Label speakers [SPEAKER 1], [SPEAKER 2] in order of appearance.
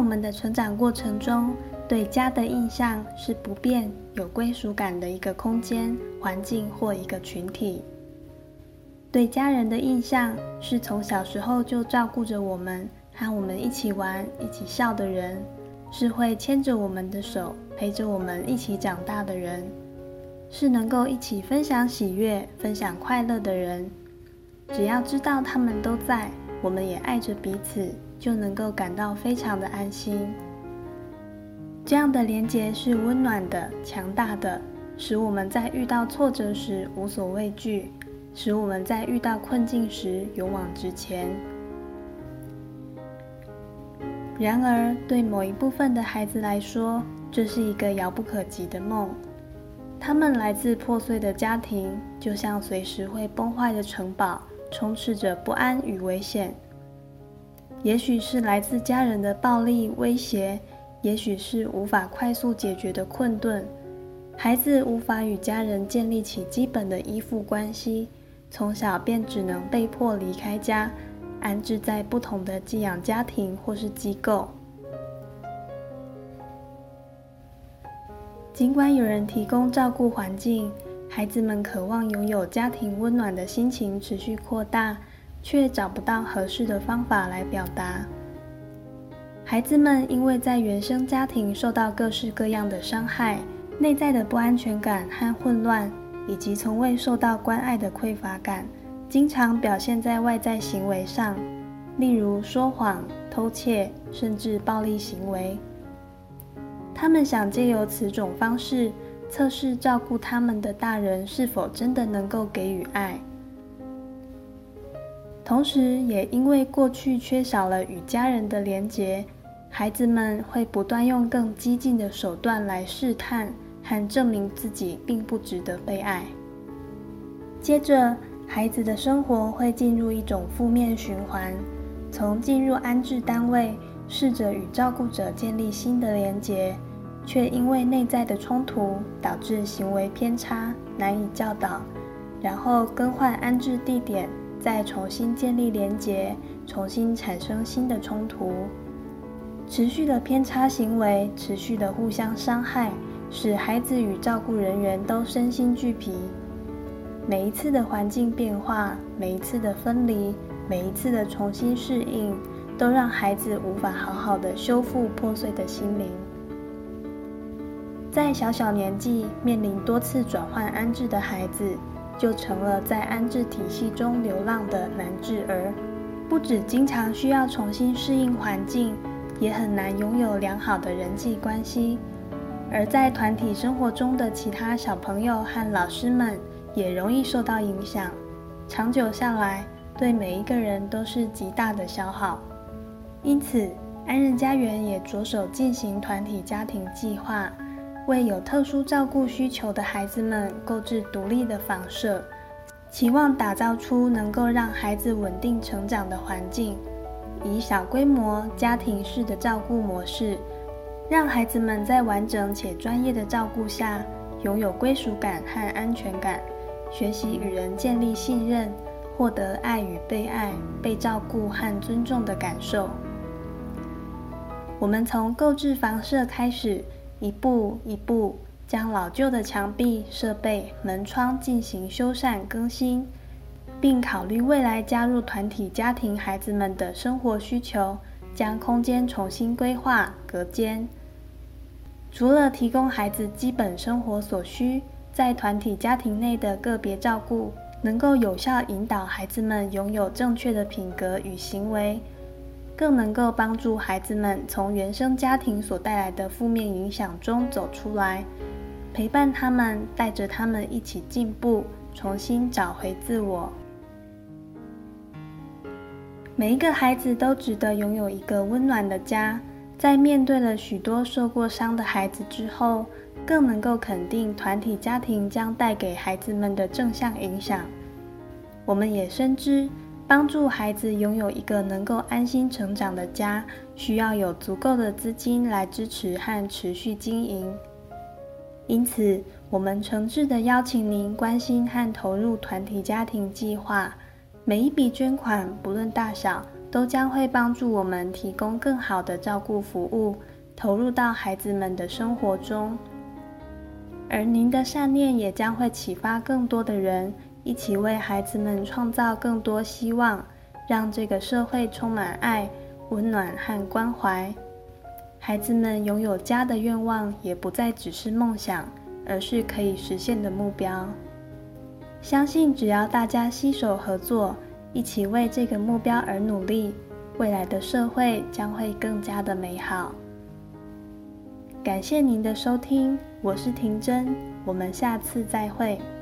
[SPEAKER 1] 们的成长过程中，对家的印象是不变、有归属感的一个空间、环境或一个群体。对家人的印象是从小时候就照顾着我们，和我们一起玩、一起笑的人，是会牵着我们的手，陪着我们一起长大的人，是能够一起分享喜悦、分享快乐的人。只要知道他们都在，我们也爱着彼此，就能够感到非常的安心。这样的连结是温暖的、强大的，使我们在遇到挫折时无所畏惧，使我们在遇到困境时勇往直前。然而，对某一部分的孩子来说，这是一个遥不可及的梦。他们来自破碎的家庭，就像随时会崩坏的城堡，充斥着不安与危险。也许是来自家人的暴力威胁，也许是无法快速解决的困顿。孩子无法与家人建立起基本的依附关系，从小便只能被迫离开家，安置在不同的寄养家庭或是机构。尽管有人提供照顾环境，孩子们渴望拥有家庭温暖的心情持续扩大，却找不到合适的方法来表达。孩子们因为在原生家庭受到各式各样的伤害，内在的不安全感和混乱，以及从未受到关爱的匮乏感，经常表现在外在行为上，例如说谎、偷窃，甚至暴力行为。他们想借由此种方式测试照顾他们的大人是否真的能够给予爱。同时也因为过去缺少了与家人的连结，孩子们会不断用更激进的手段来试探和证明自己并不值得被爱。接着，孩子的生活会进入一种负面循环，从进入安置单位，试着与照顾者建立新的连结，却因为内在的冲突导致行为偏差，难以教导，然后更换安置地点，再重新建立连结，重新产生新的冲突。持续的偏差行为，持续的互相伤害，使孩子与照顾人员都身心俱疲。每一次的环境变化，每一次的分离，每一次的重新适应，都让孩子无法好好的修复破碎的心灵。在小小年纪面临多次转换安置的孩子，就成了在安置体系中流浪的难治儿，不只经常需要重新适应环境，也很难拥有良好的人际关系。而在团体生活中的其他小朋友和老师们也容易受到影响，长久下来，对每一个人都是极大的消耗。因此，安仁家园也着手进行团体家庭计划，为有特殊照顾需求的孩子们购置独立的房舍，期望打造出能够让孩子稳定成长的环境，以小规模家庭式的照顾模式，让孩子们在完整且专业的照顾下，拥有归属感和安全感，学习与人建立信任，获得爱与被爱、被照顾和尊重的感受。我们从购置房舍开始，一步一步将老旧的墙壁、设备、门窗进行修缮更新，并考虑未来加入团体家庭孩子们的生活需求，将空间重新规划、隔间。除了提供孩子基本生活所需，在团体家庭内的个别照顾，能够有效引导孩子们拥有正确的品格与行为，更能够帮助孩子们从原生家庭所带来的负面影响中走出来，陪伴他们，带着他们一起进步，重新找回自我。每一个孩子都值得拥有一个温暖的家，在面对了许多受过伤的孩子之后，更能够肯定团体家庭将带给孩子们的正向影响。我们也深知，帮助孩子拥有一个能够安心成长的家，需要有足够的资金来支持和持续经营。因此，我们诚挚地邀请您关心和投入团体家庭计划。每一笔捐款，不论大小， 都将会帮助我们提供更好的照顾服务，投入到孩子们的生活中。而您的善念也将会启发更多的人，一起为孩子们创造更多希望，让这个社会充满爱、温暖和关怀。孩子们拥有家的愿望也不再只是梦想，而是可以实现的目标。相信只要大家携手合作，一起为这个目标而努力，未来的社会将会更加的美好。感谢您的收听，我是婷真，我们下次再会。